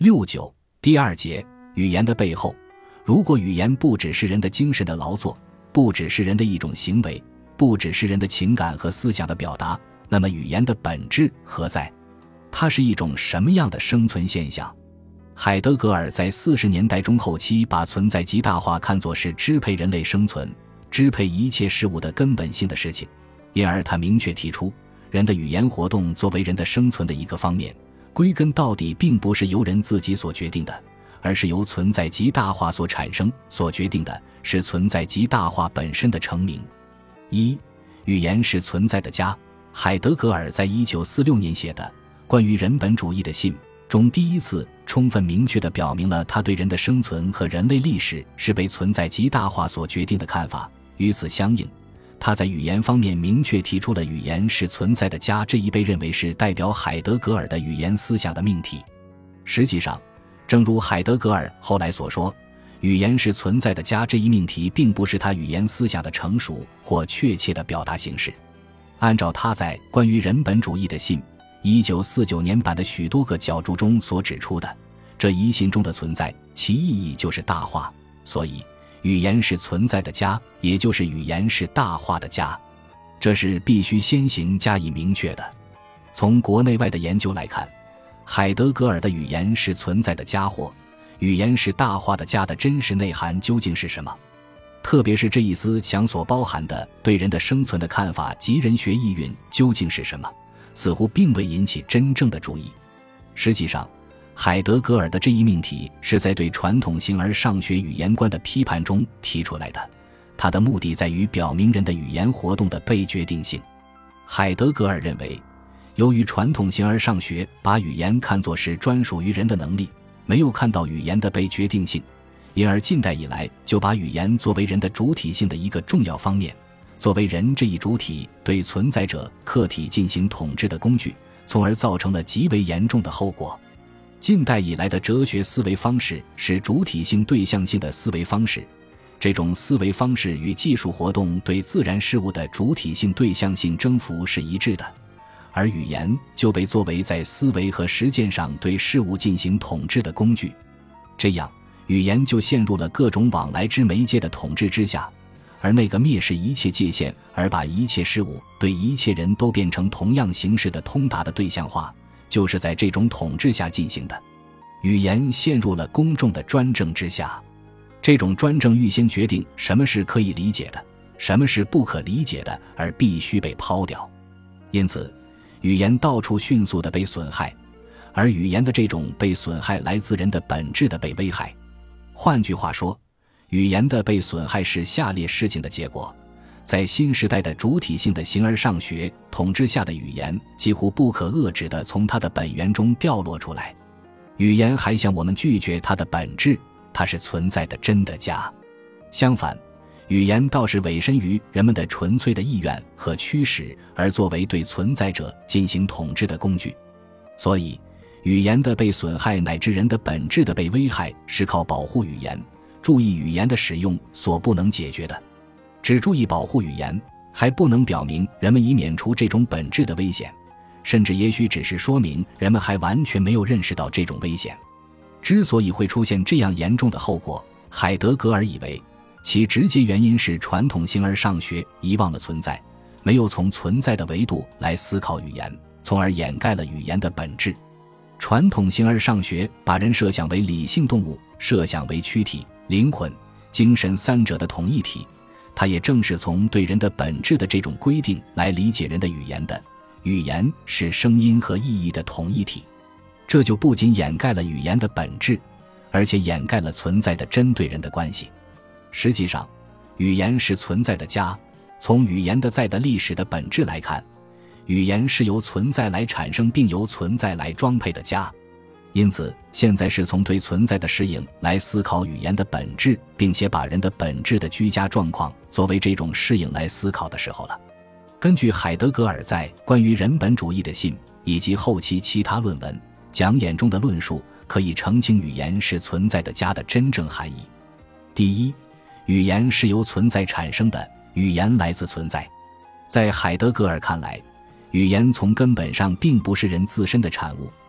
69第二节，语言的背后。如果语言不只是人的精神的劳作，不只是人的一种行为，不只是人的情感和思想的表达，那么语言的本质何在？它是一种什么样的生存现象？海德格尔在40年代中后期把存在极大化看作是支配人类生存、支配一切事物的根本性的事情，因而他明确提出，人的语言活动作为人的生存的一个方面，归根到底并不是由人自己所决定的，而是由存在极大化所产生，所决定的是存在极大化本身的成名。语言是存在的家。海德格尔在1946年写的关于人本主义的信中，第一次充分明确地表明了他对人的生存和人类历史是被存在极大化所决定的看法。与此相应，他在语言方面明确提出了语言是存在的家这一被认为是代表海德格尔的语言思想的命题。实际上，正如海德格尔后来所说，语言是存在的家这一命题并不是他语言思想的成熟或确切的表达形式。按照他在关于人本主义的信1949年版的许多个角注中所指出的，这一信中的存在，其意义就是大化，所以语言是存在的家，也就是语言是大化的家，这是必须先行加以明确的。从国内外的研究来看，海德格尔的语言是存在的家或语言是大化的家的真实内涵究竟是什么，特别是这一思想所包含的对人的生存的看法及人学意蕴究竟是什么，似乎并未引起真正的注意。实际上，海德格尔的这一命题是在对传统形而上学语言观的批判中提出来的，他的目的在于表明人的语言活动的被决定性。海德格尔认为，由于传统形而上学把语言看作是专属于人的能力，没有看到语言的被决定性，因而近代以来就把语言作为人的主体性的一个重要方面，作为人这一主体对存在者客体进行统治的工具，从而造成了极为严重的后果。近代以来的哲学思维方式是主体性对象性的思维方式，这种思维方式与技术活动对自然事物的主体性对象性征服是一致的，而语言就被作为在思维和实践上对事物进行统治的工具。这样，语言就陷入了各种往来之媒介的统治之下，而那个蔑视一切界限而把一切事物对一切人都变成同样形式的通达的对象化，就是在这种统治下进行的。语言陷入了公众的专政之下，这种专政预先决定什么是可以理解的，什么是不可理解的，而必须被抛掉。因此，语言到处迅速地被损害，而语言的这种被损害来自人的本质的被危害。换句话说，语言的被损害是下列事情的结果：在新时代的主体性的形而上学统治下的语言几乎不可遏制地从它的本源中掉落出来。语言还向我们拒绝它的本质，它是存在的真的家。相反，语言倒是委身于人们的纯粹的意愿和驱使，而作为对存在者进行统治的工具。所以，语言的被损害乃至人的本质的被危害是靠保护语言、注意语言的使用所不能解决的。只注意保护语言，还不能表明人们已免除这种本质的危险，甚至也许只是说明人们还完全没有认识到这种危险。之所以会出现这样严重的后果，海德格尔以为其直接原因是传统形而上学遗忘了存在，没有从存在的维度来思考语言，从而掩盖了语言的本质。传统形而上学把人设想为理性动物，设想为躯体、灵魂、精神三者的统一体，它也正是从对人的本质的这种规定来理解人的语言的。语言是声音和意义的统一体，这就不仅掩盖了语言的本质，而且掩盖了存在的针对人的关系。实际上，语言是存在的家。从语言的在的历史的本质来看，语言是由存在来产生并由存在来装配的家。因此，现在是从对存在的适应来思考语言的本质，并且把人的本质的居家状况作为这种适应来思考的时候了。根据海德格尔在关于人本主义的信以及后期其他论文讲演中的论述，可以澄清语言是存在的家的真正含义。第一，语言是由存在产生的，语言来自存在。在海德格尔看来，语言从根本上并不是人自身的产物，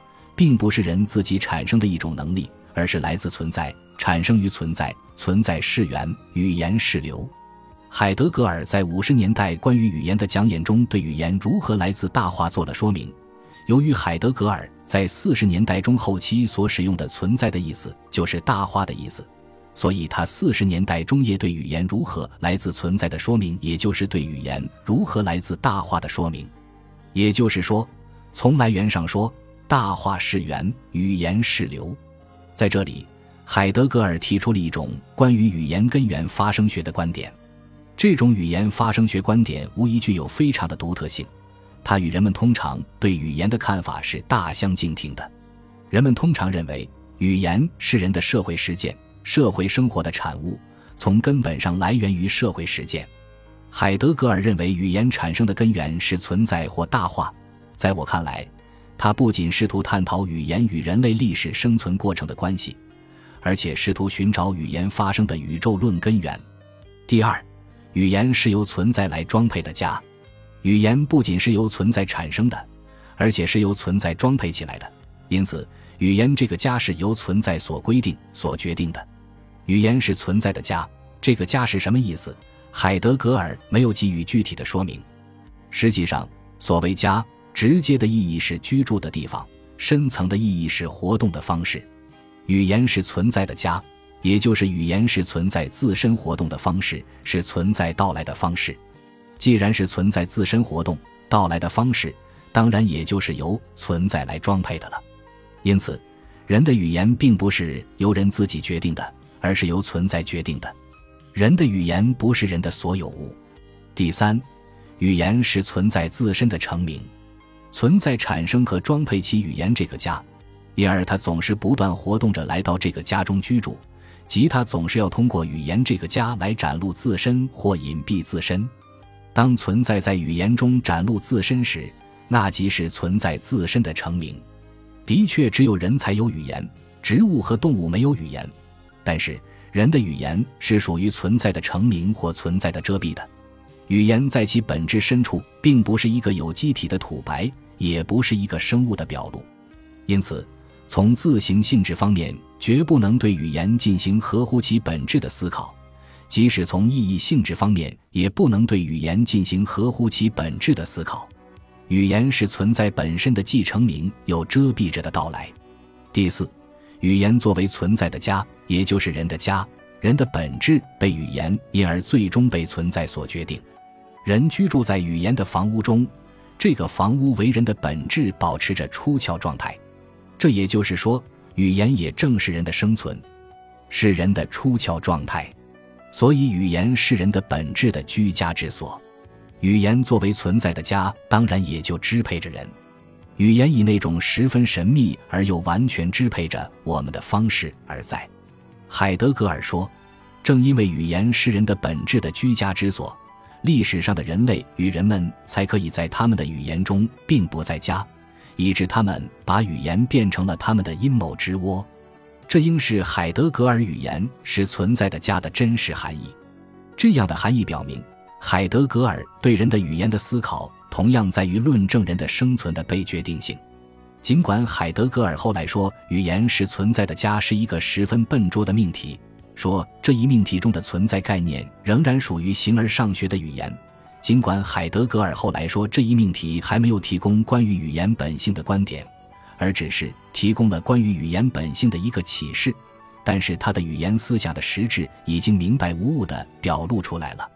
并不是人自己产生的一种能力，而是来自存在，产生于存在，存在是源，语言是流。海德格尔在50年代关于语言的讲演中对语言如何来自大化做了说明。由于海德格尔在40年代中后期所使用的存在的意思就是大化的意思，所以他40年代中叶对语言如何来自存在的说明，也就是对语言如何来自大化的说明。也就是说，从来源上说，大化是源，语言是流。在这里，海德格尔提出了一种关于语言根源发生学的观点。这种语言发生学观点无疑具有非常的独特性，它与人们通常对语言的看法是大相径庭的。人们通常认为，语言是人的社会实践、社会生活的产物，从根本上来源于社会实践。海德格尔认为语言产生的根源是存在或大化。在我看来，他不仅试图探讨语言与人类历史生存过程的关系，而且试图寻找语言发生的宇宙论根源。第二，语言是由存在来装配的家。语言不仅是由存在产生的，而且是由存在装配起来的，因此语言这个家是由存在所规定、所决定的。语言是存在的家，这个家是什么意思？海德格尔没有给予具体的说明。实际上，所谓家，直接的意义是居住的地方，深层的意义是活动的方式。语言是存在的家，也就是语言是存在自身活动的方式，是存在到来的方式。既然是存在自身活动到来的方式，当然也就是由存在来装配的了。因此，人的语言并不是由人自己决定的，而是由存在决定的。人的语言不是人的所有物。第三，语言是存在自身的成名。存在产生和装配起语言这个家，因而它总是不断活动着来到这个家中居住，即它总是要通过语言这个家来展露自身或隐蔽自身。当存在在语言中展露自身时，那即是存在自身的成名。的确，只有人才有语言，植物和动物没有语言，但是人的语言是属于存在的成名或存在的遮蔽的。语言在其本质深处并不是一个有机体的吐白，也不是一个生物的表露，因此从自行性质方面绝不能对语言进行合乎其本质的思考，即使从意义性质方面也不能对语言进行合乎其本质的思考。语言是存在本身的既成名又遮蔽着的到来。第四，语言作为存在的家，也就是人的家，人的本质被语言因而最终被存在所决定。人居住在语言的房屋中，这个房屋为人的本质保持着出窍状态。这也就是说，语言也正是人的生存，是人的出窍状态。所以语言是人的本质的居家之所。语言作为存在的家，当然也就支配着人。语言以那种十分神秘而又完全支配着我们的方式而在。海德格尔说，正因为语言是人的本质的居家之所，历史上的人类与人们才可以在他们的语言中并不在家，以致他们把语言变成了他们的阴谋之窝。这应是海德格尔语言是存在的家的真实含义。这样的含义表明，海德格尔对人的语言的思考同样在于论证人的生存的被决定性。尽管海德格尔后来说语言是存在的家是一个十分笨拙的命题，说这一命题中的存在概念仍然属于形而上学的语言，尽管海德格尔后来说这一命题还没有提供关于语言本性的观点，而只是提供了关于语言本性的一个启示，但是他的语言思想的实质已经明白无误地表露出来了。